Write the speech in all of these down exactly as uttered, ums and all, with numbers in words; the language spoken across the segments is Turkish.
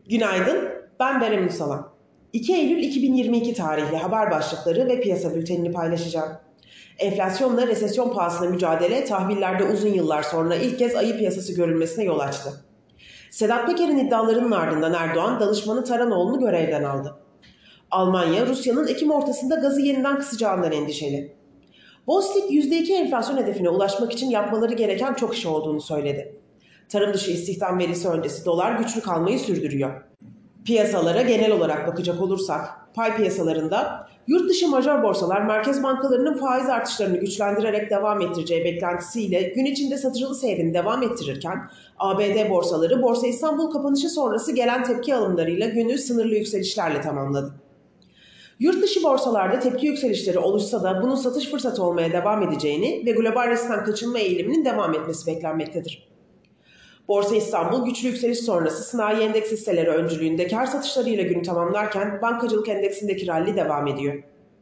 Günaydın, ben Berem Ünsalan. iki Eylül iki bin yirmi iki tarihli haber başlıkları ve piyasa bültenini paylaşacağım. Enflasyonla resesyon pahasına mücadele tahvillerde uzun yıllar sonra ilk kez ayı piyasası görülmesine yol açtı. Sedat Peker'in iddialarının ardından Erdoğan danışmanı Taranoğlu'nu görevden aldı. Almanya, Rusya'nın Ekim ortasında gazı yeniden kısacağından endişeli. Bostik yüzde iki enflasyon hedefine ulaşmak için yapmaları gereken çok iş olduğunu söyledi. Tarım dışı istihdam verisi öncesi dolar güçlü kalmayı sürdürüyor. Piyasalara genel olarak bakacak olursak, pay piyasalarında yurt dışı major borsalar merkez bankalarının faiz artışlarını güçlendirerek devam ettireceği beklentisiyle gün içinde satıcılı seyrini devam ettirirken, A B D borsaları Borsa İstanbul kapanışı sonrası gelen tepki alımlarıyla günü sınırlı yükselişlerle tamamladı. Yurt dışı borsalarda tepki yükselişleri oluşsa da bunun satış fırsatı olmaya devam edeceğini ve global riskten kaçınma eğiliminin devam etmesi beklenmektedir. Borsa İstanbul güçlü yükseliş sonrası sanayi endeks hisseleri öncülüğünde kar satışlarıyla günü tamamlarken bankacılık endeksindeki rally devam ediyor.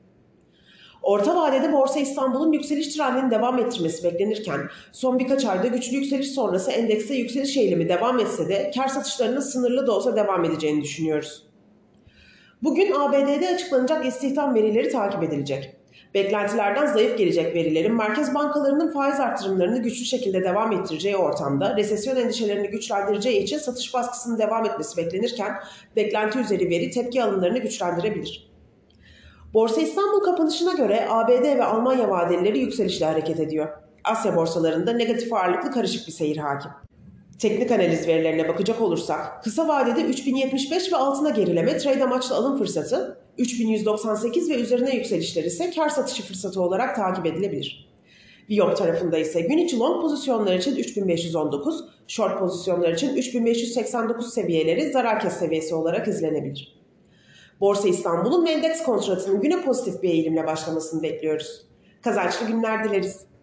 Orta vadede Borsa İstanbul'un yükseliş trendini devam ettirmesi beklenirken son birkaç ayda güçlü yükseliş sonrası endekste yükseliş eğilimi devam etse de kar satışlarının sınırlı da olsa devam edeceğini düşünüyoruz. Bugün A B D'de açıklanacak istihdam verileri takip edilecek. Beklentilerden zayıf gelecek verilerin merkez bankalarının faiz artırımlarını güçlü şekilde devam ettireceği ortamda resesyon endişelerini güçlendireceği için satış baskısının devam etmesi beklenirken beklenti üzeri veri tepki alımlarını güçlendirebilir. Borsa İstanbul kapanışına göre A B D ve Almanya vadelileri yükselişle hareket ediyor. Asya borsalarında negatif ağırlıklı karışık bir seyir hakim. Teknik analiz verilerine bakacak olursak, kısa vadede üç bin yetmiş beş ve altına gerileme trade amaçlı alım fırsatı, üç bin yüz doksan sekiz ve üzerine yükselişler ise kar satışı fırsatı olarak takip edilebilir. Viyop tarafında ise gün içi long pozisyonlar için üç bin beş yüz on dokuz, short pozisyonlar için üç bin beş yüz seksen dokuz seviyeleri zarar kes seviyesi olarak izlenebilir. Borsa İstanbul'un ve endeks kontratının güne pozitif bir eğilimle başlamasını bekliyoruz. Kazançlı günler dileriz.